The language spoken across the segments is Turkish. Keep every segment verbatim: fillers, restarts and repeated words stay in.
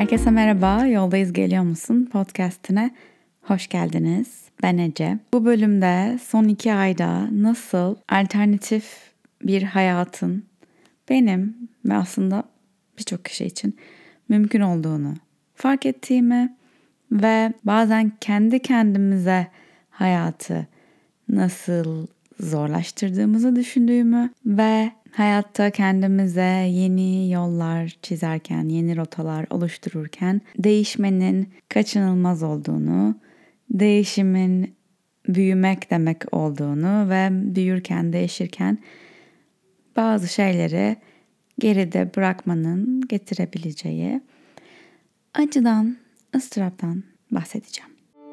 Herkese merhaba, Yoldayız Geliyor Musun podcastine hoş geldiniz. Ben Ece. Bu bölümde son iki ayda nasıl alternatif bir hayatın benim ve aslında birçok kişi için mümkün olduğunu fark ettiğimi ve bazen kendi kendimize hayatı nasıl zorlaştırdığımızı düşündüğümü ve hayatta kendimize yeni yollar çizerken, yeni rotalar oluştururken değişmenin kaçınılmaz olduğunu, değişimin büyümek demek olduğunu ve büyürken, değişirken bazı şeyleri geride bırakmanın getirebileceği acıdan, ıstıraptan bahsedeceğim.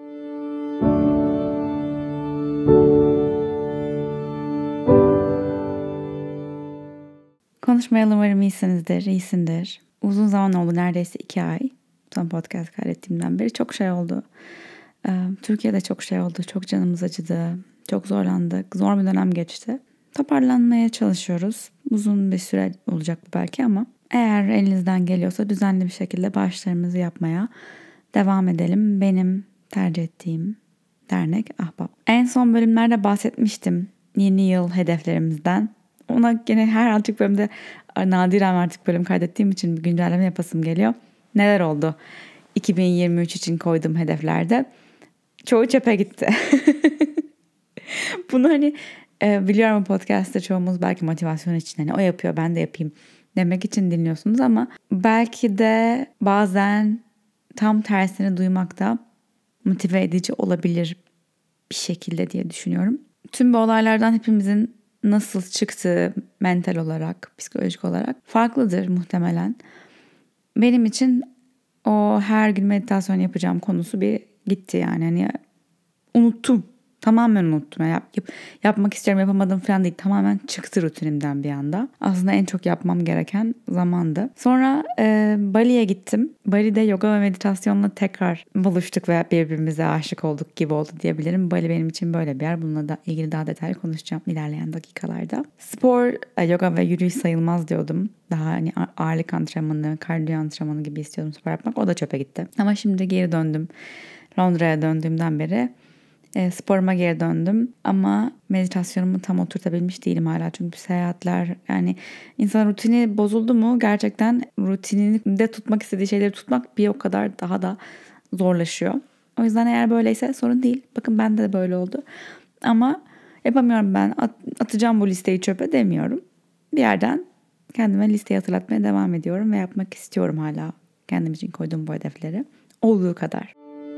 Konuşmayalı umarım iyisinizdir, iyisindir. Uzun zaman oldu, neredeyse iki ay. Son podcast kaydettiğimden beri çok şey oldu. Türkiye'de çok şey oldu, çok canımız acıdı, çok zorlandık, zor bir dönem geçti. Toparlanmaya çalışıyoruz. Uzun bir süre olacak bu belki ama eğer elinizden geliyorsa düzenli bir şekilde bağışlarımızı yapmaya devam edelim. Benim tercih ettiğim dernek Ahbap. En son bölümlerde bahsetmiştim yeni yıl hedeflerimizden. Ona gene her artık bölümde nadiren artık bölüm kaydettiğim için bir güncelleme yapasım geliyor. Neler oldu iki bin yirmi üç için koyduğum hedeflerde? Çoğu çöpe gitti. Bunu hani e, biliyorum podcast'ta çoğumuz belki motivasyon için hani o yapıyor ben de yapayım demek için dinliyorsunuz ama belki de bazen tam tersini duymak da motive edici olabilir bir şekilde diye düşünüyorum. Tüm bu olaylardan hepimizin nasıl çıktığı mental olarak, psikolojik olarak farklıdır muhtemelen. Benim için o her gün meditasyon yapacağım konusu bir gitti yani. Hani unuttum. Tamamen unuttum. Yap, yap, yapmak istiyorum yapamadım falan değil. Tamamen çıktı rutinimden bir anda. Aslında en çok yapmam gereken zamandı. Sonra e, Bali'ye gittim. Bali'de yoga ve meditasyonla tekrar buluştuk ve birbirimize aşık olduk gibi oldu diyebilirim. Bali benim için böyle bir yer. Bununla da ilgili daha detaylı konuşacağım ilerleyen dakikalarda. Spor, e, yoga ve yürüyüş sayılmaz diyordum. Daha hani ağırlık antrenmanı, kardiyo antrenmanı gibi istiyordum spor yapmak. O da çöpe gitti. Ama şimdi geri döndüm. Londra'ya döndüğümden beri E, sporuma geri döndüm ama meditasyonumu tam oturtabilmiş değilim hala çünkü seyahatler yani insan rutini bozuldu mu gerçekten rutinini de tutmak istediği şeyleri tutmak bir o kadar daha da zorlaşıyor. O yüzden eğer böyleyse sorun değil. Bakın bende de böyle oldu ama yapamıyorum ben At, atacağım bu listeyi çöpe demiyorum. Bir yerden kendime listeyi hatırlatmaya devam ediyorum ve yapmak istiyorum hala kendim için koyduğum bu hedefleri olduğu kadar.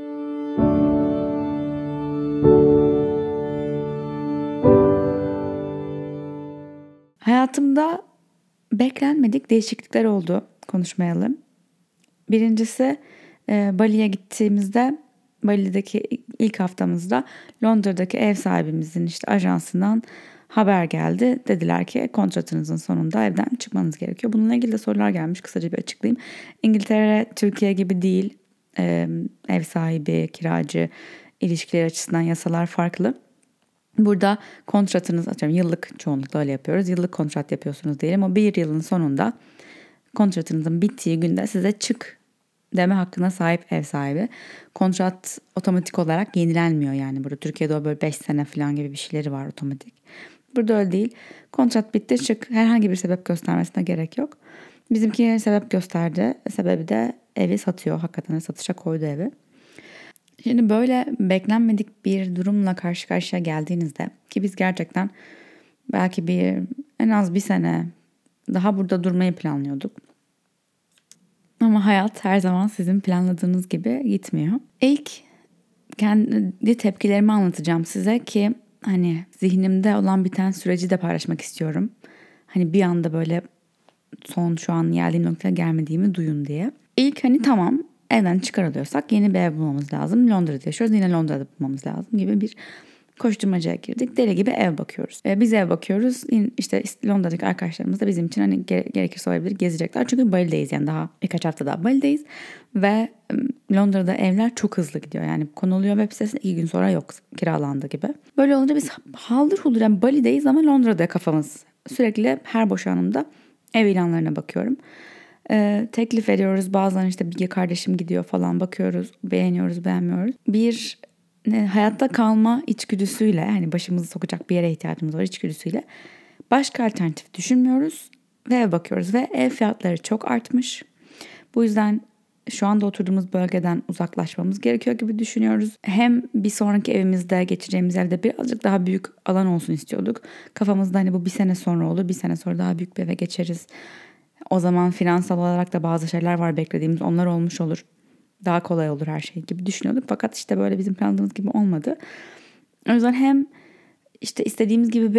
Hayatımda beklenmedik değişiklikler oldu konuşmayalım. Birincisi e, Bali'ye gittiğimizde Bali'deki ilk haftamızda Londra'daki ev sahibimizin işte ajansından haber geldi. Dediler ki kontratınızın sonunda evden çıkmanız gerekiyor. Bununla ilgili de sorular gelmiş. Kısaca bir açıklayayım. İngiltere Türkiye gibi değil. E, ev sahibi, kiracı ilişkileri açısından yasalar farklı. Burada kontratınız atıyorum yıllık çoğunlukla öyle yapıyoruz. Yıllık kontrat yapıyorsunuz diyelim. O bir yılın sonunda kontratınızın bittiği günde size çık deme hakkına sahip ev sahibi. Kontrat otomatik olarak yenilenmiyor yani. Burada Türkiye'de o böyle beş sene falan gibi bir şeyleri var otomatik. Burada öyle değil. Kontrat bitti çık. Herhangi bir sebep göstermesine gerek yok. Bizimki sebep gösterdi. Sebebi de evi satıyor. Hakikaten satışa koydu evi. Şimdi böyle beklenmedik bir durumla karşı karşıya geldiğinizde ki biz gerçekten belki bir en az bir sene daha burada durmayı planlıyorduk. Ama hayat her zaman sizin planladığınız gibi gitmiyor. İlk kendi tepkilerimi anlatacağım size ki hani zihnimde olan biten süreci de paylaşmak istiyorum. Hani bir anda böyle son şu an geldiğim noktaya gelmediğimi duyun diye. İlk hani tamam. Evden çıkarılıyorsak yeni bir ev bulmamız lazım. Londra'da yaşıyoruz. Yine Londra'da bulmamız lazım gibi bir koşturmacaya girdik. Deli gibi ev bakıyoruz. Ee, biz ev bakıyoruz. İşte Londra'daki arkadaşlarımız da bizim için hani gere- gerekirse olabilir gezecekler. Çünkü Bali'deyiz yani daha birkaç hafta daha Bali'deyiz. Ve Londra'da evler çok hızlı gidiyor. Yani konuluyor web sitesinde iki gün sonra yok kiralandı gibi. Böyle olunca biz haldır huldur yani Bali'deyiz ama Londra'da kafamız. Sürekli her boş anımda ev ilanlarına bakıyorum. Ee, teklif ediyoruz. Bazen işte bir kardeşim gidiyor falan, bakıyoruz, beğeniyoruz, beğenmiyoruz. Bir ne, hayatta kalma içgüdüsüyle, hani başımızı sokacak bir yere ihtiyacımız var içgüdüsüyle başka alternatif düşünmüyoruz ve ev bakıyoruz ve ev fiyatları çok artmış. Bu yüzden şu anda oturduğumuz bölgeden uzaklaşmamız gerekiyor gibi düşünüyoruz. Hem bir sonraki evimizde, geçeceğimiz evde birazcık daha büyük alan olsun istiyorduk. Kafamızda hani bu bir sene sonra olur, bir sene sonra daha büyük bir eve geçeriz. O zaman finansal olarak da bazı şeyler var beklediğimiz, onlar olmuş olur. Daha kolay olur her şey gibi düşünüyorduk. Fakat işte böyle bizim planladığımız gibi olmadı. O yüzden hem işte istediğimiz gibi bir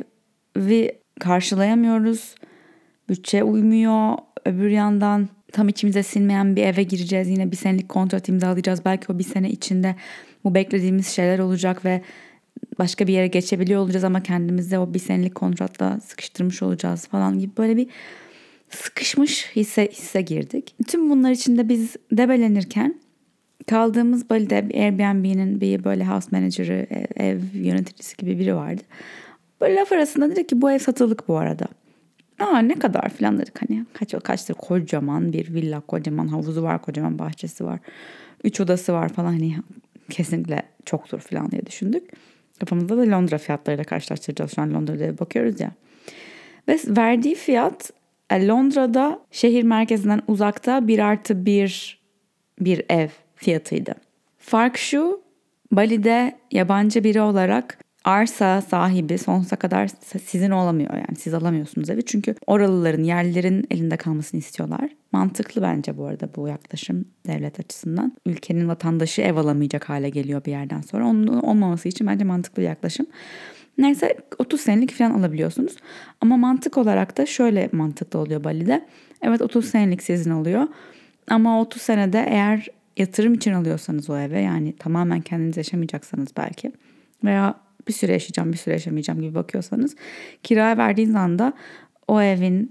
evi karşılayamıyoruz. Bütçe uymuyor. Öbür yandan tam içimize sinmeyen bir eve gireceğiz. Yine bir senelik kontrat imzalayacağız. Belki o bir sene içinde bu beklediğimiz şeyler olacak ve başka bir yere geçebiliyor olacağız ama kendimizi o bir senelik kontratla sıkıştırmış olacağız falan gibi böyle bir sıkışmış hisse, hisse girdik. Tüm bunlar içinde biz debelenirken kaldığımız Bali'de bir Airbnb'nin bir böyle house manager'ı, ev, ev yöneticisi gibi biri vardı. Böyle laf arasında dedi ki bu ev satılık bu arada. Aa ne kadar falan dedik, hani kaç kaçtır, kocaman bir villa, kocaman havuzu var, kocaman bahçesi var, üç odası var falan, hani kesinlikle çoktur falan diye düşündük. Kafamızda da Londra fiyatlarıyla karşılaştıracağız, şu an Londra'da bakıyoruz ya. Ve verdiği fiyat Londra'da şehir merkezinden uzakta bir artı bir bir ev fiyatıydı. Fark şu, Bali'de yabancı biri olarak arsa sahibi sonsuza kadar sizin olamıyor, yani siz alamıyorsunuz evi. Çünkü oralıların, yerlilerin elinde kalmasını istiyorlar. Mantıklı bence bu arada bu yaklaşım devlet açısından. Ülkenin vatandaşı ev alamayacak hale geliyor bir yerden sonra. Onun olmaması için bence mantıklı bir yaklaşım. Neyse otuz senelik falan alabiliyorsunuz. Ama mantık olarak da şöyle mantıklı oluyor Bali'de. Evet otuz senelik sizin oluyor. Ama otuz senede eğer yatırım için alıyorsanız o eve, yani tamamen kendiniz yaşamayacaksanız belki veya bir süre yaşayacağım bir süre yaşamayacağım gibi bakıyorsanız, kiraya verdiğiniz anda o evin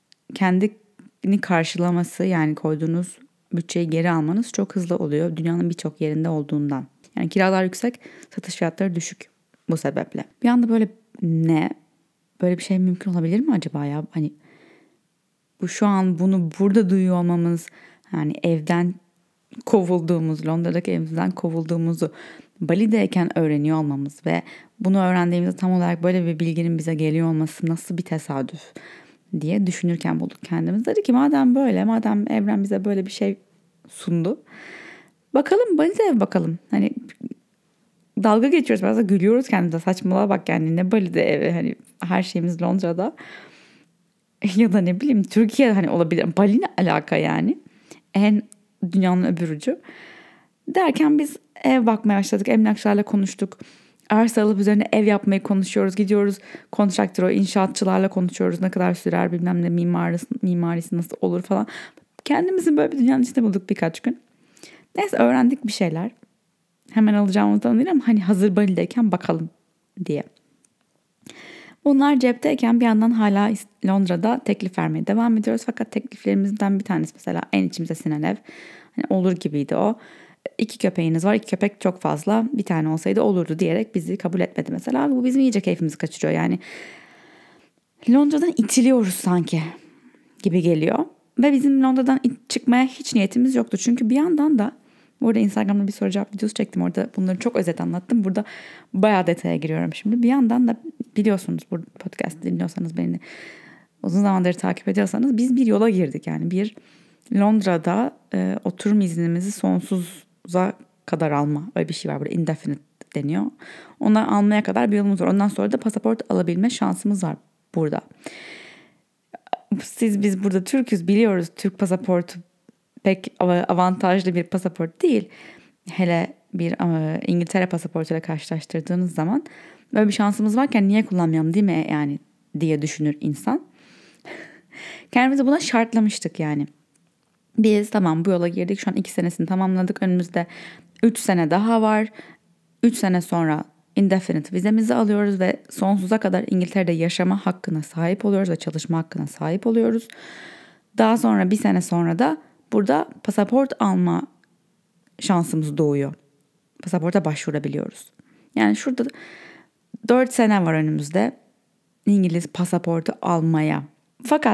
kendini karşılaması, yani koyduğunuz bütçeyi geri almanız çok hızlı oluyor dünyanın birçok yerinde olduğundan. Yani kiralar yüksek, satış fiyatları düşük bu sebeple. Bir anda böyle ne? Böyle bir şey mümkün olabilir mi acaba ya? Hani bu şu an bunu burada duyuyor olmamız, yani evden kovulduğumuz, Londra'daki evimizden kovulduğumuzu Bali'deyken öğreniyor olmamız ve bunu öğrendiğimizde tam olarak böyle bir bilginin bize geliyor olması nasıl bir tesadüf diye düşünürken bulduk kendimizi. Dedi ki madem böyle, madem evren bize böyle bir şey sundu, bakalım Bali'de ev bakalım. Hani dalga geçiyoruz, biraz da gülüyoruz kendimize, saçmalığa bak yani, ne Bali'de evi, hani her şeyimiz Londra'da. Ya da ne bileyim Türkiye hani olabilir. Bali ne alaka yani? En dünyanın öbür ucu. Derken biz ev bakmaya başladık. Emlakçılarla konuştuk. Arsa alıp üzerine ev yapmayı konuşuyoruz. Gidiyoruz kontraktör, inşaatçılarla konuşuyoruz. Ne kadar sürer, bilmem ne, mimarisi, mimarisi nasıl olur falan. Kendimizi böyle bir dünyanın içinde bulduk birkaç gün. Neyse öğrendik bir şeyler. Hemen alacağımızdan değil ama hani hazır Bali'deyken bakalım diye. Bunlar cepteyken bir yandan hala Londra'da teklif vermeye devam ediyoruz. Fakat tekliflerimizden bir tanesi mesela en içimize sinen ev. Hani olur gibiydi o. İki köpeğiniz var. İki köpek çok fazla. Bir tane olsaydı olurdu diyerek bizi kabul etmedi mesela. Bu bizim iyice keyfimizi kaçırıyor. Yani Londra'dan itiliyoruz sanki gibi geliyor. Ve bizim Londra'dan çıkmaya hiç niyetimiz yoktu. Çünkü bir yandan da burada Instagram'da bir soru cevap videosu çektim. Orada bunları çok özet anlattım. Burada bayağı detaya giriyorum şimdi. Bir yandan da biliyorsunuz, bu podcast dinliyorsanız, beni uzun zamandır takip ediyorsanız, biz bir yola girdik. Yani bir Londra'da e, oturum iznimizi sonsuza kadar alma, öyle bir şey var burada, indefinite deniyor. Onu almaya kadar bir yolumuz var. Ondan sonra da pasaport alabilme şansımız var burada. Siz biz burada Türk'üz, biliyoruz. Türk pasaportu pek avantajlı bir pasaport değil. Hele bir e, İngiltere pasaportuyla karşılaştırdığınız zaman böyle bir şansımız varken niye kullanmayalım değil mi yani diye düşünür insan. Kendimizi buna şartlamıştık yani. Biz tamam bu yola girdik, şu an iki senesini tamamladık. Önümüzde üç sene daha var. üç sene sonra indefinite vizemizi alıyoruz ve sonsuza kadar İngiltere'de yaşama hakkına sahip oluyoruz ve çalışma hakkına sahip oluyoruz. Daha sonra bir sene sonra da burada pasaport alma şansımız doğuyor. Pasaporta başvurabiliyoruz. Yani şurada dört sene var önümüzde İngiliz pasaportu almaya. Fakat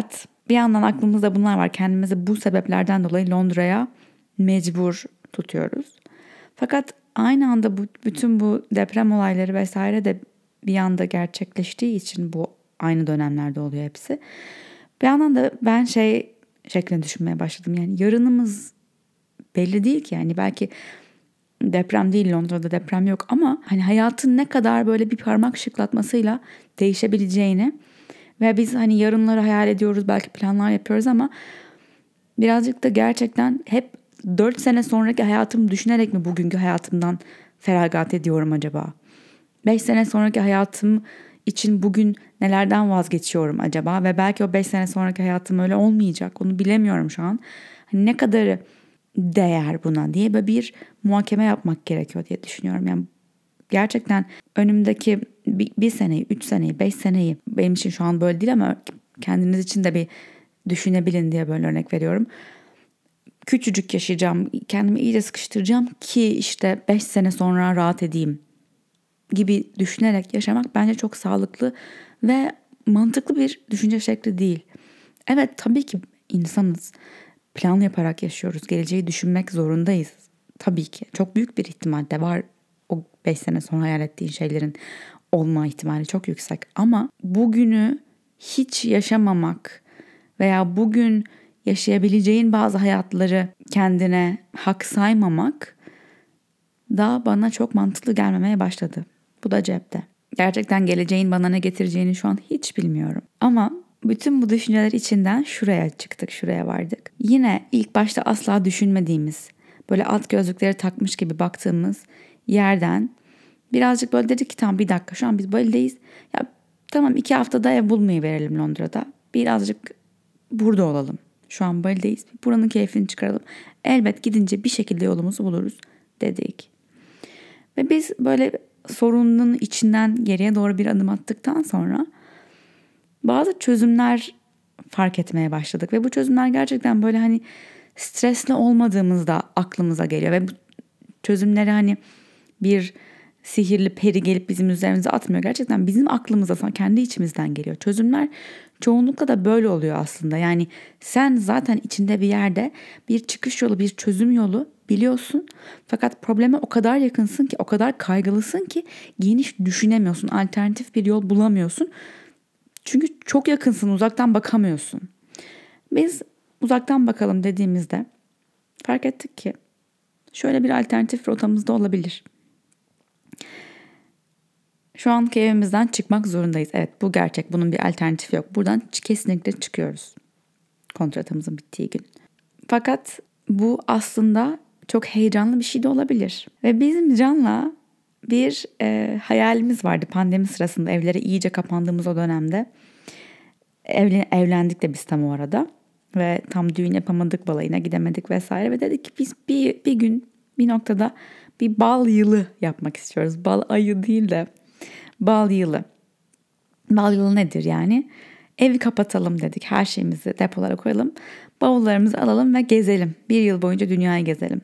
Bir yandan aklımızda bunlar var. Kendimizi bu sebeplerden dolayı Londra'ya mecbur tutuyoruz. Fakat aynı anda bu, bütün bu deprem olayları vesaire de bir anda gerçekleştiği için bu aynı dönemlerde oluyor hepsi. Bir yandan da ben şey şeklinde düşünmeye başladım. Yani yarınımız belli değil ki. Yani belki deprem değil, Londra'da deprem yok ama hani hayatın ne kadar böyle bir parmak şıklatmasıyla değişebileceğini ve biz hani yarınları hayal ediyoruz, belki planlar yapıyoruz ama birazcık da gerçekten hep dört sene sonraki hayatımı düşünerek mi bugünkü hayatımdan feragat ediyorum acaba? beş sene sonraki hayatım için bugün nelerden vazgeçiyorum acaba? Ve belki o beş sene sonraki hayatım öyle olmayacak. Onu bilemiyorum şu an. Hani ne kadarı değer buna diye böyle bir muhakeme yapmak gerekiyor diye düşünüyorum. Yani gerçekten önümdeki bir, bir seneyi, üç seneyi, beş seneyi, benim için şu an böyle değil ama kendiniz için de bir düşünebilin diye böyle örnek veriyorum. Küçücük yaşayacağım, kendimi iyice sıkıştıracağım ki işte beş sene sonra rahat edeyim gibi düşünerek yaşamak bence çok sağlıklı ve mantıklı bir düşünce şekli değil. Evet, tabii ki insanız. Plan yaparak yaşıyoruz. Geleceği düşünmek zorundayız. Tabii ki. Çok büyük bir ihtimal de var. O beş sene sonra hayal ettiğin şeylerin olma ihtimali çok yüksek. Ama bugünü hiç yaşamamak veya bugün yaşayabileceğin bazı hayatları kendine hak saymamak da bana çok mantıklı gelmemeye başladı. Bu da cepte. Gerçekten geleceğin bana ne getireceğini şu an hiç bilmiyorum. Ama bütün bu düşünceler içinden şuraya çıktık, şuraya vardık. Yine ilk başta asla düşünmediğimiz, böyle alt gözlükleri takmış gibi baktığımız yerden birazcık böyle dedik ki tamam bir dakika, şu an biz Bali'deyiz. Ya tamam, iki haftada ev bulmayı verelim Londra'da. Birazcık burada olalım. Şu an Bali'deyiz. Buranın keyfini çıkaralım. Elbet gidince bir şekilde yolumuzu buluruz dedik. Ve biz böyle sorunun içinden geriye doğru bir adım attıktan sonra bazı çözümler fark etmeye başladık. Ve bu çözümler gerçekten böyle hani stresli olmadığımızda aklımıza geliyor. Ve bu çözümleri hani bir sihirli peri gelip bizim üzerimize atmıyor. Gerçekten bizim aklımıza, kendi içimizden geliyor. Çözümler çoğunlukla da böyle oluyor aslında. Yani sen zaten içinde bir yerde bir çıkış yolu, bir çözüm yolu biliyorsun. Fakat probleme o kadar yakınsın ki, o kadar kaygılısın ki geniş düşünemiyorsun. Alternatif bir yol bulamıyorsun. Çünkü çok yakınsın, uzaktan bakamıyorsun. Biz uzaktan bakalım dediğimizde fark ettik ki şöyle bir alternatif rotamız da olabilir. Şu anki evimizden çıkmak zorundayız. Evet, bu gerçek. Bunun bir alternatifi yok. Buradan kesinlikle çıkıyoruz. Kontratımızın bittiği gün. Fakat bu aslında çok heyecanlı bir şey de olabilir. Ve bizim Can'la bir e, hayalimiz vardı pandemi sırasında, evlere iyice kapandığımız o dönemde. Evlen, evlendik de biz tam o arada. Ve tam düğün yapamadık, balayına gidemedik vesaire. Ve dedik ki biz bir, bir gün bir noktada bir bal yılı yapmak istiyoruz. Bal ayı değil de bal yılı. Bal yılı nedir yani? Evi kapatalım dedik. Her şeyimizi depolara koyalım. Bavullarımızı alalım ve gezelim. Bir yıl boyunca dünyayı gezelim.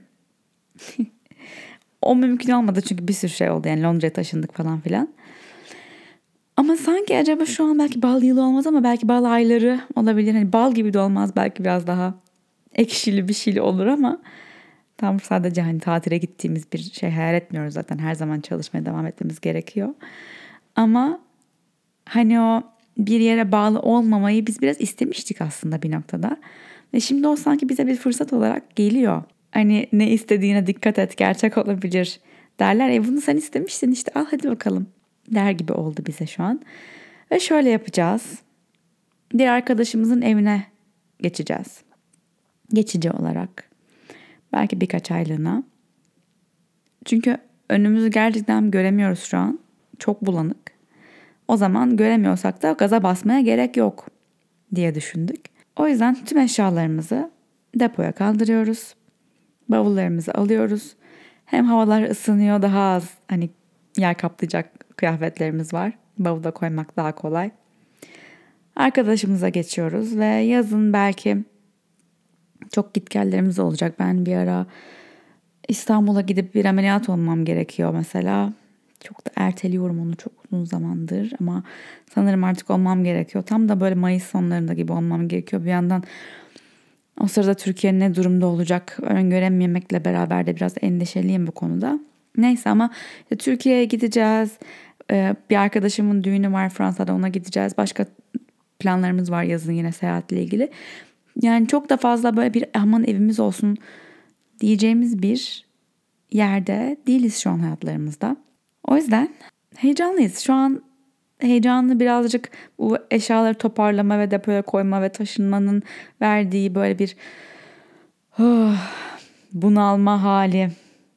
O mümkün olmadı çünkü bir sürü şey oldu. Yani Londra'ya taşındık falan filan. Ama sanki acaba şu an belki bal yılı olmaz ama belki bal ayları olabilir. Hani bal gibi de olmaz. Belki biraz daha ekşili bir şeyli olur ama tam sadece hani tatile gittiğimiz bir şey hayal etmiyoruz zaten. Her zaman çalışmaya devam etmemiz gerekiyor. Ama hani o bir yere bağlı olmamayı biz biraz istemiştik aslında bir noktada. Ve şimdi o sanki bize bir fırsat olarak geliyor. Hani ne istediğine dikkat et, gerçek olabilir derler. E bunu sen istemiştin işte, al hadi bakalım der gibi oldu bize şu an. Ve şöyle yapacağız. Bir arkadaşımızın evine geçeceğiz. Geçici olarak. Belki birkaç aylığına. Çünkü önümüzü gerçekten göremiyoruz şu an. Çok bulanık. O zaman göremiyorsak da gaza basmaya gerek yok diye düşündük. O yüzden tüm eşyalarımızı depoya kaldırıyoruz. Bavullarımızı alıyoruz. Hem havalar ısınıyor, daha az hani yer kaplayacak kıyafetlerimiz var. Bavula koymak daha kolay. Arkadaşımıza geçiyoruz ve yazın belki çok gitgellerimiz olacak. Ben bir ara İstanbul'a gidip bir ameliyat olmam gerekiyor mesela. Çok da erteliyorum onu çok uzun zamandır ama sanırım artık olmam gerekiyor. Tam da böyle Mayıs sonlarında gibi olmam gerekiyor. Bir yandan o sırada Türkiye ne durumda olacak öngörememekle beraber de biraz endişeliyim bu konuda. Neyse ama Türkiye'ye gideceğiz. Ee, bir arkadaşımın düğünü var Fransa'da, ona gideceğiz. Başka planlarımız var yazın yine seyahatle ilgili. Yani çok da fazla böyle bir aman evimiz olsun diyeceğimiz bir yerde değiliz şu an hayatlarımızda. O yüzden heyecanlıyız. Şu an heyecanlı birazcık bu eşyaları toparlama ve depoya koyma ve taşınmanın verdiği böyle bir oh, bunalma hali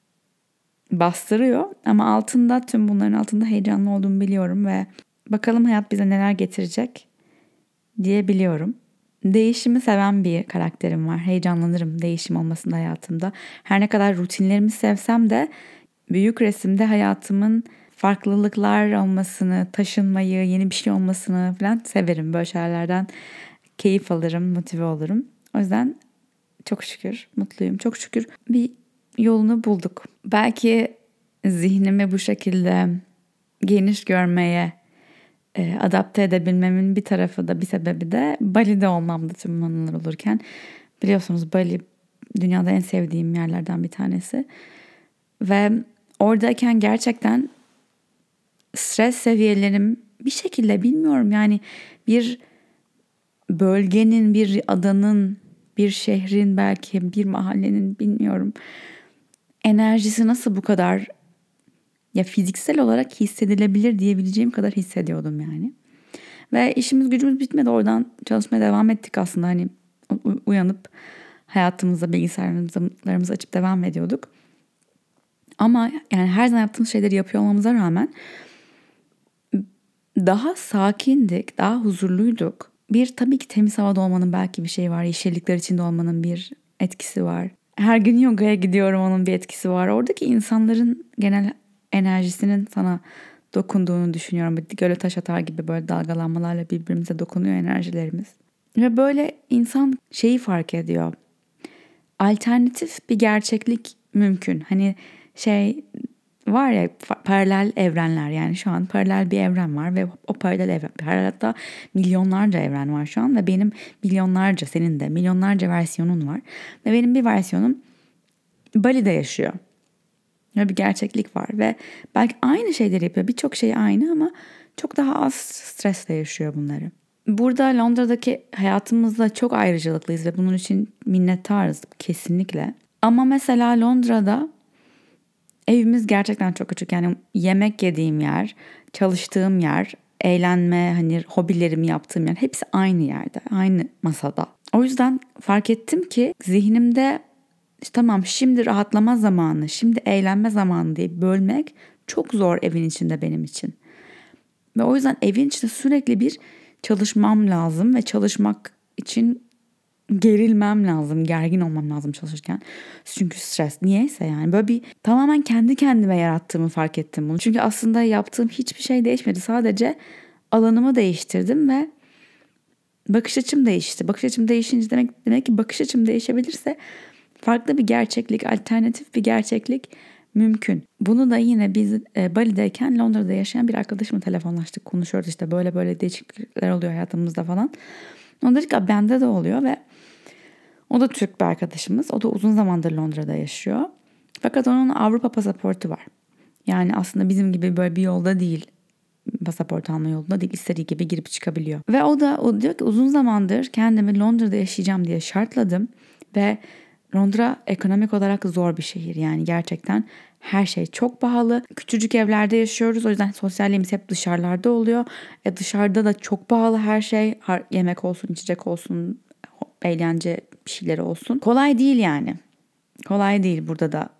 bastırıyor. Ama altında, tüm bunların altında heyecanlı olduğumu biliyorum ve bakalım hayat bize neler getirecek diyebiliyorum. Değişimi seven bir karakterim var. Heyecanlanırım değişim olmasında hayatımda. Her ne kadar rutinlerimi sevsem de büyük resimde hayatımın farklılıklar olmasını, taşınmayı, yeni bir şey olmasını falan severim. Böyle şeylerden keyif alırım, motive olurum. O yüzden çok şükür mutluyum. Çok şükür bir yolunu bulduk. Belki zihnimi bu şekilde geniş görmeye e, adapte edebilmemin bir tarafı da, bir sebebi de Bali'de olmamdı tüm anılar olurken. Biliyorsunuz Bali dünyada en sevdiğim yerlerden bir tanesi. Ve oradayken gerçekten stres seviyelerim bir şekilde, bilmiyorum yani, bir bölgenin, bir adanın, bir şehrin, belki bir mahallenin, bilmiyorum, enerjisi nasıl bu kadar ya fiziksel olarak hissedilebilir diyebileceğim kadar hissediyordum yani. Ve işimiz gücümüz bitmedi, oradan çalışmaya devam ettik aslında, hani uyanıp hayatımıza bilgisayarlarımızı açıp devam ediyorduk. Ama yani her zaman yaptığımız şeyleri yapıyor olmamıza rağmen daha sakindik, daha huzurluyduk. Bir, tabii ki temiz havada olmanın belki bir şey var. Yeşillikler içinde olmanın bir etkisi var. Her gün yogaya gidiyorum, onun bir etkisi var. Oradaki insanların genel enerjisinin sana dokunduğunu düşünüyorum. Bir göle taş atar gibi böyle dalgalanmalarla birbirimize dokunuyor enerjilerimiz. Ve böyle insan şeyi fark ediyor. Alternatif bir gerçeklik mümkün. Hani şey var ya, paralel evrenler, yani şu an paralel bir evren var ve o paralel evren, hatta milyonlarca evren var şu an ve benim milyonlarca, senin de milyonlarca versiyonun var ve benim bir versiyonum Bali'de yaşıyor. Böyle bir gerçeklik var ve belki aynı şeyleri yapıyor, birçok şey aynı ama çok daha az stresle yaşıyor bunları. Burada Londra'daki hayatımızda çok ayrıcalıklıyız ve bunun için minnettarız kesinlikle. Ama mesela Londra'da evimiz gerçekten çok küçük. Yani yemek yediğim yer, çalıştığım yer, eğlenme, hani hobilerimi yaptığım yer hepsi aynı yerde, aynı masada. O yüzden fark ettim ki zihnimde işte tamam, şimdi rahatlama zamanı, şimdi eğlenme zamanı diye bölmek çok zor evin içinde benim için. Ve o yüzden evin içinde sürekli bir çalışmam lazım ve çalışmak için gerilmem lazım, gergin olmam lazım çalışırken. Çünkü stres niyeyse, yani böyle bir tamamen kendi kendime yarattığımı fark ettim bunu. Çünkü aslında yaptığım hiçbir şey değişmedi. Sadece alanımı değiştirdim ve bakış açım değişti. Bakış açım değişince demek, demek ki bakış açım değişebilirse farklı bir gerçeklik, alternatif bir gerçeklik mümkün. Bunu da yine biz e, Bali'deyken Londra'da yaşayan bir arkadaşımla telefonlaştık. Konuşuyoruz işte, böyle böyle değişiklikler oluyor hayatımızda falan. O dedi ki bende de oluyor ve o da Türk bir arkadaşımız. O da uzun zamandır Londra'da yaşıyor. Fakat onun Avrupa pasaportu var. Yani aslında bizim gibi böyle bir yolda değil. Pasaport alma yolunda değil. İstediği gibi girip çıkabiliyor. Ve o da o diyor ki uzun zamandır kendimi Londra'da yaşayacağım diye şartladım. Ve Londra ekonomik olarak zor bir şehir. Yani gerçekten her şey çok pahalı. Küçücük evlerde yaşıyoruz. O yüzden sosyalliğimiz hep dışarılarda oluyor. E dışarıda da çok pahalı her şey. Yemek olsun, içecek olsun, eğlence bir şeyleri olsun. Kolay değil yani. Kolay değil burada da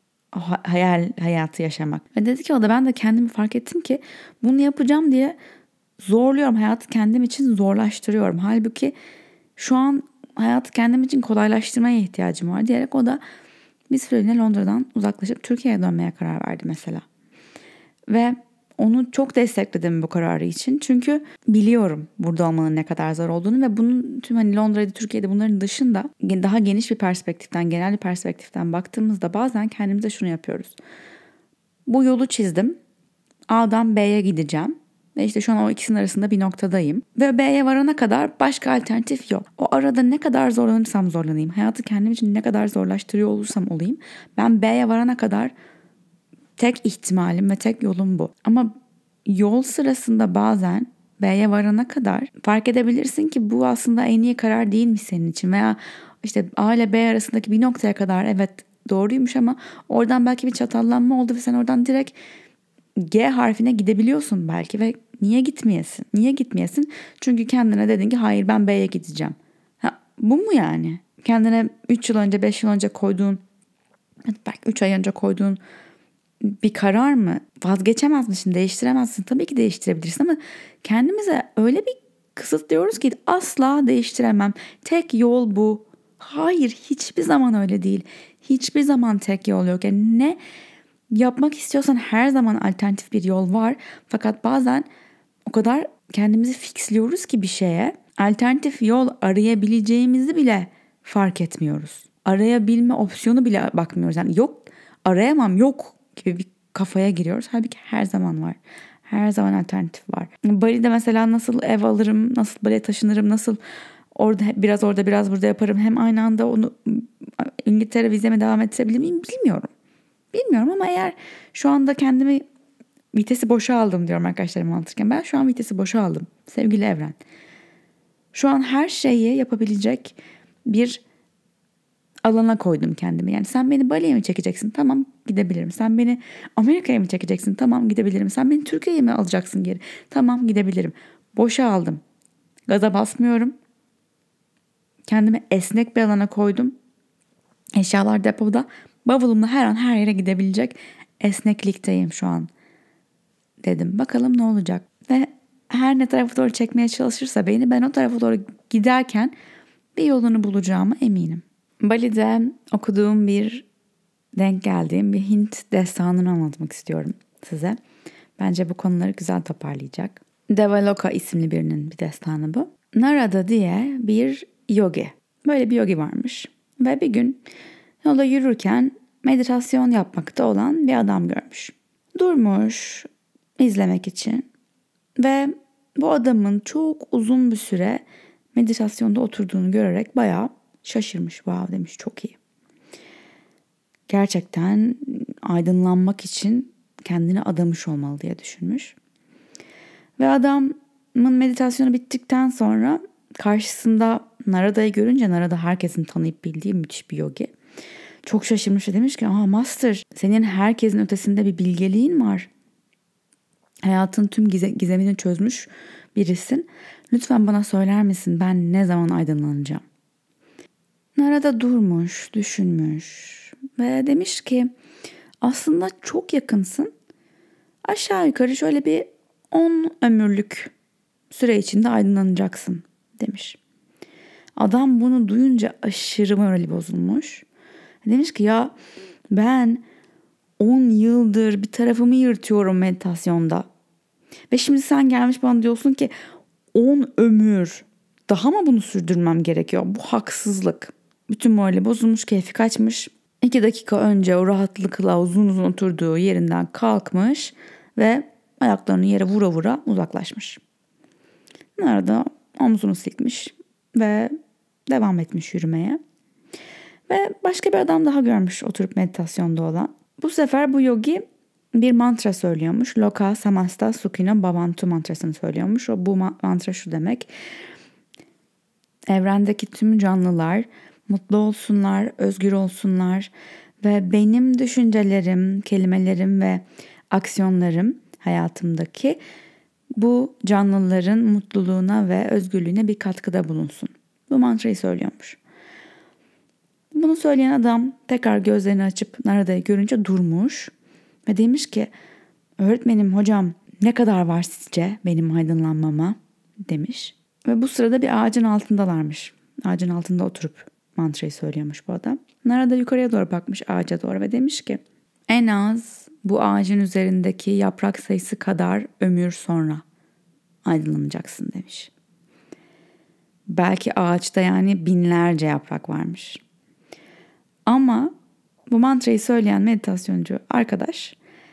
hayal hayatı yaşamak. Ve dedi ki o da, ben de kendimi fark ettim ki bunu yapacağım diye zorluyorum. Hayatı kendim için zorlaştırıyorum. Halbuki şu an hayatı kendim için kolaylaştırmaya ihtiyacım var diyerek o da bir süreliğine Londra'dan uzaklaşıp Türkiye'ye dönmeye karar verdi mesela. Ve onu çok destekledim bu kararı için. Çünkü biliyorum burada olmanın ne kadar zor olduğunu ve bunun tüm hani Londra'da, Türkiye'de bunların dışında daha geniş bir perspektiften, genel bir perspektiften baktığımızda bazen kendimize şunu yapıyoruz. Bu yolu çizdim. A'dan B'ye gideceğim. Ve işte şu an o ikisinin arasında bir noktadayım. Ve B'ye varana kadar başka alternatif yok. O arada ne kadar zorlanırsam zorlanayım, hayatı kendim için ne kadar zorlaştırıyor olursam olayım, ben B'ye varana kadar tek ihtimalim ve tek yolum bu. Ama yol sırasında bazen B'ye varana kadar fark edebilirsin ki bu aslında en iyi karar değilmiş senin için. Veya işte A ile B arasındaki bir noktaya kadar evet doğruymuş ama oradan belki bir çatallanma oldu ve sen oradan direkt G harfine gidebiliyorsun belki ve niye gitmeyesin? Niye gitmeyesin? Çünkü kendine dedin ki hayır ben B'ye gideceğim. Ha, bu mu yani? Kendine üç yıl önce beş yıl önce koyduğun, belki üç ay önce koyduğun bir karar mı? Vazgeçemez misin? Değiştiremezsin. Tabii ki değiştirebilirsin ama kendimize öyle bir kısıtlıyoruz ki asla değiştiremem. Tek yol bu. Hayır, hiçbir zaman öyle değil. Hiçbir zaman tek yol yok. Yani ne yapmak istiyorsan her zaman alternatif bir yol var. Fakat bazen o kadar kendimizi fixliyoruz ki bir şeye, alternatif yol arayabileceğimizi bile fark etmiyoruz. Arayabilme opsiyonu bile bakmıyoruz. Yani yok, arayamam, yok gibi bir kafaya giriyoruz. Halbuki her zaman var. Her zaman alternatif var. Bali'de mesela nasıl ev alırım, nasıl Bali'ye taşınırım, nasıl orada biraz orada biraz burada yaparım. Hem aynı anda onu İngiltere vizeme devam ettirebilir miyim bilmiyorum. Bilmiyorum ama eğer şu anda kendimi vitesi boşa aldım diyorum arkadaşlarım anlatırken. Ben şu an vitesi boşa aldım. Sevgili evren. Şu an her şeyi yapabilecek bir alana koydum kendimi. Yani sen beni Bali'ye mi çekeceksin? Tamam, gidebilirim. Sen beni Amerika'ya mı çekeceksin? Tamam, gidebilirim. Sen beni Türkiye'ye mi alacaksın geri? Tamam, gidebilirim. Boşa aldım. Gaza basmıyorum. Kendimi esnek bir alana koydum. Eşyalar depoda. Bavulumla her an her yere gidebilecek esneklikteyim şu an dedim. Bakalım ne olacak? Ve her ne tarafa doğru çekmeye çalışırsa beni, ben o tarafa doğru giderken bir yolunu bulacağıma eminim. Bali'de okuduğum bir, denk geldiğim bir Hint destanını anlatmak istiyorum size. Bence bu konuları güzel toparlayacak. Devaloka isimli birinin bir destanı bu. Narada diye bir yogi. Böyle bir yogi varmış. Ve bir gün yolda yürürken meditasyon yapmakta olan bir adam görmüş. Durmuş izlemek için ve bu adamın çok uzun bir süre meditasyonda oturduğunu görerek bayağı şaşırmış. Wow demiş, çok iyi. Gerçekten aydınlanmak için kendini adamış olmalı diye düşünmüş. Ve adamın meditasyonu bittikten sonra karşısında Narada'yı görünce, Narada herkesin tanıyıp bildiği müthiş bir yogi. Çok şaşırmış ve demiş ki aha master, senin herkesin ötesinde bir bilgeliğin var. Hayatın tüm gize, gizemini çözmüş birisin. Lütfen bana söyler misin ben ne zaman aydınlanacağım? Narada durmuş, düşünmüş ve demiş ki aslında çok yakınsın. Aşağı yukarı şöyle bir on ömürlük süre içinde aydınlanacaksın demiş. Adam bunu duyunca aşırı morali bozulmuş. Demiş ki ya ben on yıldır bir tarafımı yırtıyorum meditasyonda. Ve şimdi sen gelmiş bana diyorsun ki on ömür. Daha mı bunu sürdürmem gerekiyor? Bu haksızlık. Bütün morali bozulmuş, keyfi kaçmış. İki dakika önce o rahatlıkla uzun uzun oturduğu yerinden kalkmış ve ayaklarını yere vura vura uzaklaşmış. Nerede omzunu silkmiş ve devam etmiş yürümeye. Ve başka bir adam daha görmüş oturup meditasyonda olan. Bu sefer bu yogi bir mantra söylüyormuş. Loka Samasta Sukhino Bhavantu mantrasını söylüyormuş. O bu mantra şu demek: evrendeki tüm canlılar mutlu olsunlar, özgür olsunlar ve benim düşüncelerim, kelimelerim ve aksiyonlarım hayatımdaki bu canlıların mutluluğuna ve özgürlüğüne bir katkıda bulunsun. Bu mantrayı söylüyormuş. Bunu söyleyen adam tekrar gözlerini açıp Narada'yı görünce durmuş ve demiş ki öğretmenim, hocam ne kadar var sizce benim aydınlanmama demiş. Ve bu sırada bir ağacın altındalarmış. Ağacın altında oturup mantrayı söylüyormuş bu adam. Narada yukarıya doğru bakmış, ağaca doğru, ve demiş ki en az bu ağacın üzerindeki yaprak sayısı kadar ömür sonra aydınlanacaksın demiş. Belki ağaçta yani binlerce yaprak varmış. Ama bu mantrayı söyleyen meditasyoncu arkadaş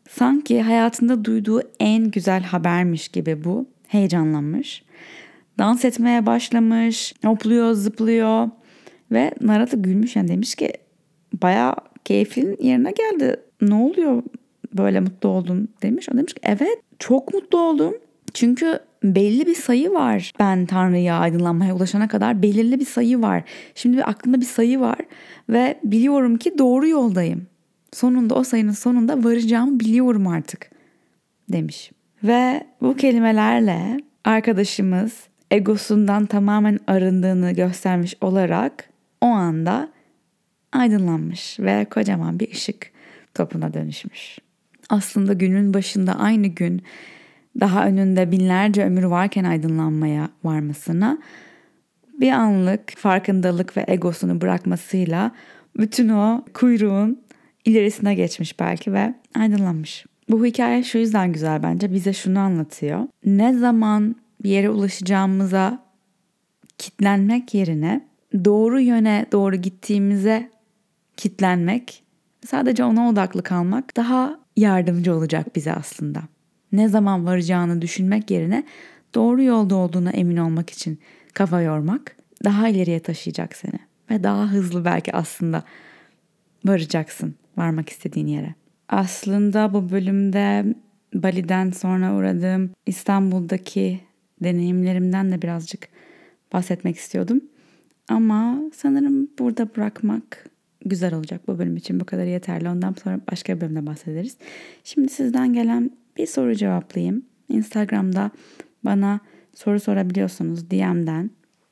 Sanki hayatında duyduğu en güzel habermiş gibi bu. Heyecanlanmış. Dans etmeye başlamış. Hopluyor, zıplıyor. Ve Nara da gülmüş, yani demiş ki bayağı keyfin yerine geldi. Ne oluyor, böyle mutlu oldun demiş. O demiş ki evet, çok mutlu oldum. Çünkü belli bir sayı var. Ben Tanrı'ya, aydınlanmaya ulaşana kadar belirli bir sayı var. Şimdi aklımda bir sayı var ve biliyorum ki doğru yoldayım. Sonunda, o sayının sonunda varacağımı biliyorum artık demiş. Ve bu kelimelerle arkadaşımız egosundan tamamen arındığını göstermiş olarak o anda aydınlanmış ve kocaman bir ışık topuna dönüşmüş. Aslında günün başında, aynı gün, daha önünde binlerce ömür varken aydınlanmaya varmasına, bir anlık farkındalık ve egosunu bırakmasıyla bütün o kuyruğun ilerisine geçmiş belki ve aydınlanmış. Bu hikaye şu yüzden güzel bence. Bize şunu anlatıyor. Ne zaman bir yere ulaşacağımıza kitlenmek yerine doğru yöne doğru gittiğimize kitlenmek, sadece ona odaklı kalmak daha yardımcı olacak bize aslında. Ne zaman varacağını düşünmek yerine doğru yolda olduğuna emin olmak için kafa yormak daha ileriye taşıyacak seni. Ve daha hızlı belki aslında varacaksın varmak istediğin yere. Aslında bu bölümde Bali'den sonra uğradığım İstanbul'daki deneyimlerimden de birazcık bahsetmek istiyordum. Ama sanırım burada bırakmak güzel olacak bu bölüm için. Bu kadar yeterli. Ondan sonra başka bir bölümde bahsederiz. Şimdi sizden gelen bir soru cevaplayayım. Instagram'da bana soru sorabiliyorsunuz D M'den.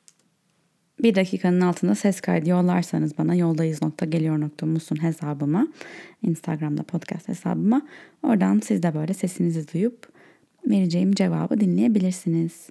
Bir dakikanın altında ses kaydı yollarsanız bana yoldayız nokta geliyor nokta musun hesabıma, Instagram'da podcast hesabıma, oradan siz de böyle sesinizi duyup vereceğim cevabı dinleyebilirsiniz.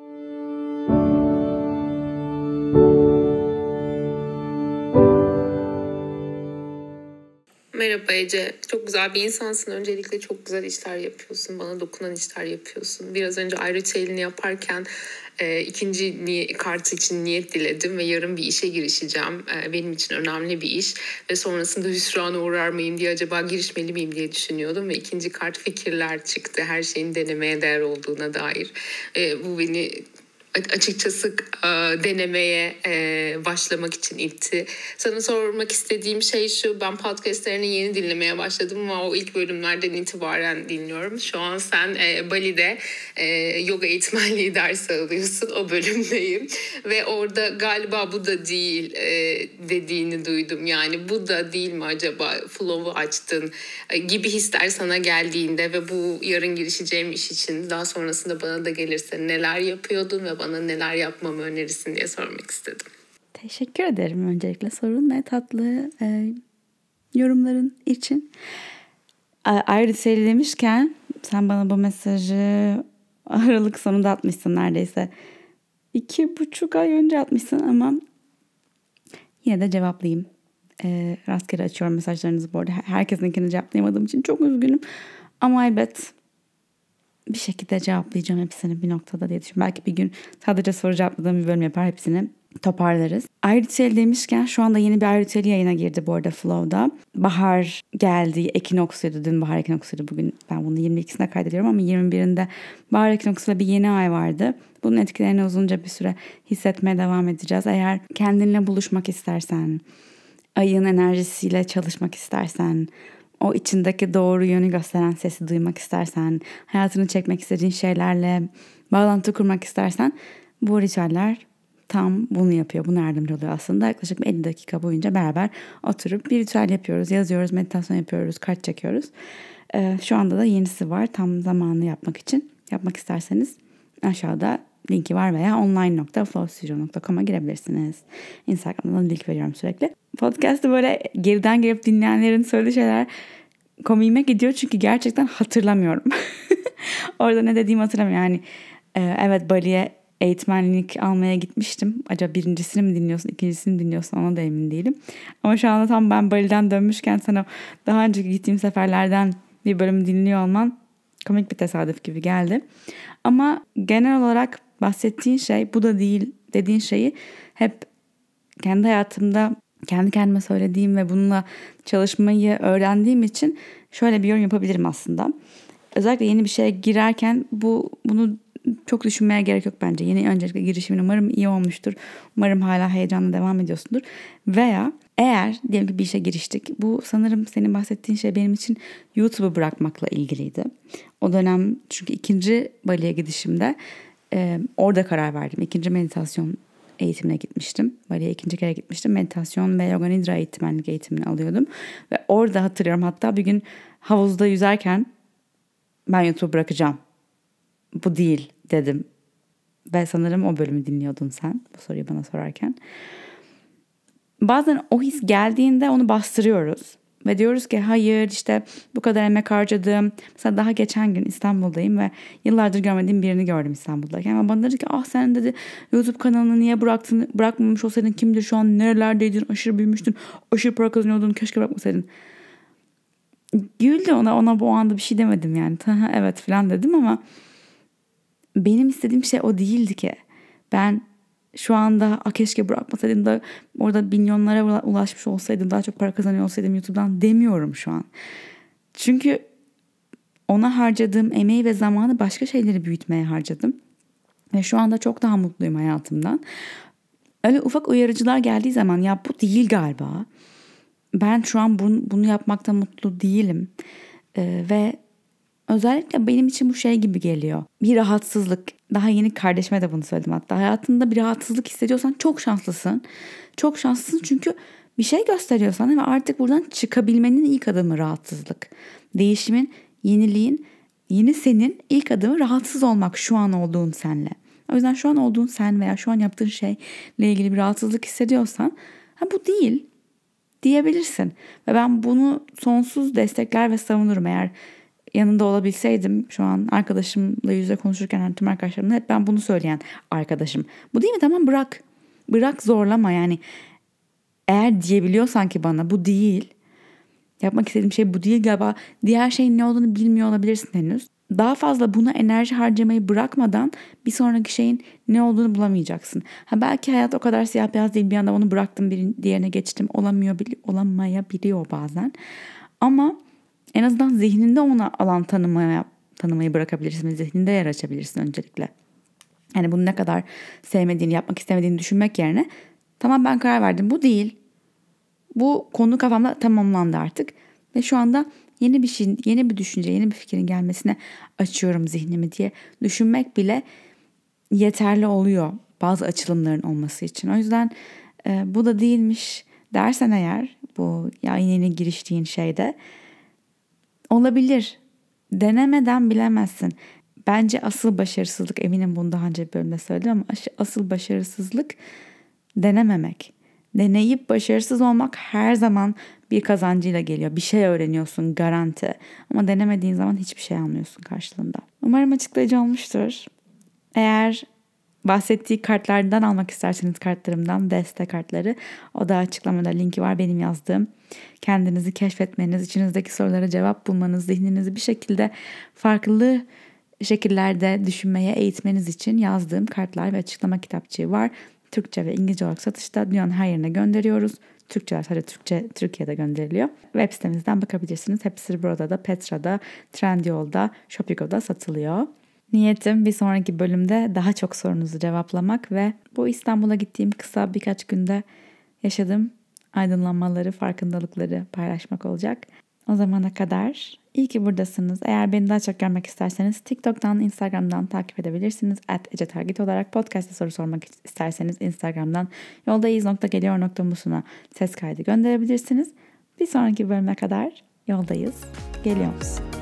Merhaba Ece. Çok güzel bir insansın. Öncelikle çok güzel işler yapıyorsun. Bana dokunan işler yapıyorsun. Biraz önce ayrıçelini yaparken e, ikinci niye, kartı için niyet diledim ve yarın bir işe girişeceğim. E, benim için önemli bir iş ve sonrasında hüsrana uğrar mıyım diye, acaba girişmeli miyim diye düşünüyordum ve ikinci kart fikirler çıktı. Her şeyin denemeye değer olduğuna dair. E, bu beni açıkçası e, denemeye e, başlamak için itti. Sana sormak istediğim şey şu: ben podcastlerini yeni dinlemeye başladım ve o ilk bölümlerden itibaren dinliyorum. Şu an sen e, Bali'de e, yoga eğitmenliği dersi alıyorsun, o bölümdeyim ve orada galiba bu da değil e, dediğini duydum. Yani bu da değil mi acaba, flow'u açtın e, gibi hisler sana geldiğinde ve bu yarın girişeceğim iş için daha sonrasında bana da gelirse neler yapıyordun ve bana neler yapmamı önerirsin diye sormak istedim. Teşekkür ederim öncelikle sorun ve tatlı e, yorumların için. Ayrı seri demişken, sen bana bu mesajı Aralık sonunda atmışsın, neredeyse iki buçuk ay önce atmışsın ama yine de cevaplayayım. E, rastgele açıyorum mesajlarınızı bu arada. Herkesinkini cevaplayamadığım için çok üzgünüm. Ama elbet bir şekilde cevaplayacağım hepsini bir noktada diye düşünüyorum. Belki bir gün sadece soru cevapladığım bir bölüm yapar, hepsini toparlarız. Ayrıtüel demişken, şu anda yeni bir ayrıtüel yayına girdi bu arada Flow'da. Bahar geldi, ekinoksuydu. Dün bahar ekinoksuydu. Bugün ben bunu yirmi ikisine kaydediyorum ama yirmi birinde bahar ekinoksuyla bir yeni ay vardı. Bunun etkilerini uzunca bir süre hissetmeye devam edeceğiz. Eğer kendinle buluşmak istersen, ayın enerjisiyle çalışmak istersen, o içindeki doğru yönü gösteren sesi duymak istersen, hayatını çekmek istediğin şeylerle bağlantı kurmak istersen, bu ritüeller tam bunu yapıyor. Buna yardımcı oluyor aslında. Yaklaşık elli dakika boyunca beraber oturup bir ritüel yapıyoruz, yazıyoruz, meditasyon yapıyoruz, kart çekiyoruz. Ee, şu anda da yenisi var. Tam zamanlı yapmak için. Yapmak isterseniz aşağıda linki var veya online nokta flow studio nokta com'a girebilirsiniz. Instagram'dan link veriyorum sürekli. Podcast'ı böyle geriden gelip dinleyenlerin söylediği şeyler komiğime gidiyor çünkü gerçekten hatırlamıyorum. Orada ne dediğimi hatırlamıyorum. Yani e, evet, Bali'ye eğitmenlik almaya gitmiştim. Acaba birincisini mi dinliyorsun, ikincisini mi dinliyorsun, ona da emin değilim. Ama şu anda tam ben Bali'den dönmüşken sana daha önceki gittiğim seferlerden bir bölüm dinliyor olman komik bir tesadüf gibi geldi. Ama genel olarak bahsettiğin şey bu da değil dediğin şeyi hep kendi hayatımda kendi kendime söylediğim ve bununla çalışmayı öğrendiğim için şöyle bir yorum yapabilirim aslında. Özellikle yeni bir şeye girerken bu bunu çok düşünmeye gerek yok bence. Yeni öncelikle girişimin umarım iyi olmuştur. Umarım hala heyecanla devam ediyorsundur. Veya eğer diyelim ki bir işe giriştik. Bu sanırım senin bahsettiğin şey benim için YouTube'u bırakmakla ilgiliydi. O dönem çünkü ikinci Bali'ye gidişimde e, orada karar verdim. İkinci meditasyon eğitimine gitmiştim. Bali'ye ikinci kere gitmiştim. Meditasyon ve yoga nidra eğitmenlik eğitimini alıyordum. Ve orada hatırlıyorum, hatta bir gün havuzda yüzerken ben YouTube'u bırakacağım, bu değil dedim. Ve sanırım o bölümü dinliyordun sen bu soruyu bana sorarken. Bazen o his geldiğinde onu bastırıyoruz. Ve diyoruz ki hayır işte bu kadar emek harcadım. Mesela daha geçen gün İstanbul'dayım ve yıllardır görmediğim birini gördüm İstanbul'dayken. Ve bana dedi ki ah sen dedi YouTube kanalını niye bıraktın, bırakmamış olsaydın kim bilir şu an nerelerdeydin, aşırı büyümüştün, aşırı para kazanıyordun, keşke bırakmasaydın. Güldü ona, ona bu anda bir şey demedim yani. Evet falan dedim ama benim istediğim şey o değildi ki. Ben şu anda keşke bırakmasaydım da orada milyonlara ulaşmış olsaydım, daha çok para kazanıyor olsaydım YouTube'dan demiyorum şu an. Çünkü ona harcadığım emeği ve zamanı başka şeyleri büyütmeye harcadım. Ve şu anda çok daha mutluyum hayatımdan. Öyle ufak uyarıcılar geldiği zaman ya bu değil galiba. Ben şu an bunu, bunu yapmakta mutlu değilim. Ee, ve özellikle benim için bu şey gibi geliyor. Bir rahatsızlık. Daha yeni kardeşime de bunu söyledim hatta. Hayatında bir rahatsızlık hissediyorsan çok şanslısın. Çok şanslısın çünkü bir şey gösteriyor sana ve artık buradan çıkabilmenin ilk adımı rahatsızlık. Değişimin, yeniliğin, yeni senin ilk adımı rahatsız olmak şu an olduğun senle. O yüzden şu an olduğun sen veya şu an yaptığın şeyle ilgili bir rahatsızlık hissediyorsan ha bu değil diyebilirsin. Ve ben bunu sonsuz destekler ve savunurum. Eğer yanında olabilseydim şu an arkadaşımla yüzle konuşurken yani tüm arkadaşlarımla hep ben bunu söyleyen arkadaşım. Bu değil mi? Tamam bırak. Bırak zorlama yani. Eğer diyebiliyorsan ki bana bu değil. Yapmak istediğim şey bu değil galiba. Diğer şeyin ne olduğunu bilmiyor olabilirsin henüz. Daha fazla buna enerji harcamayı bırakmadan bir sonraki şeyin ne olduğunu bulamayacaksın. Ha belki hayat o kadar siyah beyaz değil. Bir anda onu bıraktım, bir diğerine geçtim. Olamıyor, olamayabiliyor bazen. Ama en azından zihninde ona alan tanımaya, tanımayı bırakabilirsin. Zihninde yer açabilirsin öncelikle. Yani bunu ne kadar sevmediğini, yapmak istemediğini düşünmek yerine tamam ben karar verdim. Bu değil. Bu konu kafamda tamamlandı artık. Ve şu anda yeni bir şey, yeni bir düşünce, yeni bir fikrin gelmesine açıyorum zihnimi diye düşünmek bile yeterli oluyor bazı açılımların olması için. O yüzden e, bu da değilmiş dersen eğer bu ya yeni giriştiğin şeyde olabilir. Denemeden bilemezsin. Bence asıl başarısızlık, eminim bunu daha önce bir bölümde söyledim ama asıl başarısızlık denememek. Deneyip başarısız olmak her zaman bir kazancıyla geliyor. Bir şey öğreniyorsun garanti. Ama denemediğin zaman hiçbir şey almıyorsun karşılığında. Umarım açıklayıcı olmuştur. Eğer bahsettiği kartlardan almak isterseniz kartlarımdan destek kartları. O da açıklamada linki var benim yazdığım. Kendinizi keşfetmeniz, içinizdeki sorulara cevap bulmanız, zihninizi bir şekilde farklı şekillerde düşünmeye eğitmeniz için yazdığım kartlar ve açıklama kitapçığı var. Türkçe ve İngilizce olarak satışta dünyanın her yerine gönderiyoruz. Türkçeler sadece Türkçe, Türkiye'de gönderiliyor. Web sitemizden bakabilirsiniz. Hepsi Broda'da, Petra'da, Trendyol'da, Shopigo'da satılıyor. Niyetim bir sonraki bölümde daha çok sorunuzu cevaplamak ve bu İstanbul'a gittiğim kısa birkaç günde yaşadığım aydınlanmaları, farkındalıkları paylaşmak olacak. O zamana kadar iyi ki buradasınız. Eğer beni daha çok görmek isterseniz TikTok'tan, Instagram'dan takip edebilirsiniz. at ece targit olarak podcast'ta soru sormak isterseniz Instagram'dan yoldayız nokta geliyor nokta musuna ses kaydı gönderebilirsiniz. Bir sonraki bölüme kadar yoldayız. Geliyoruz.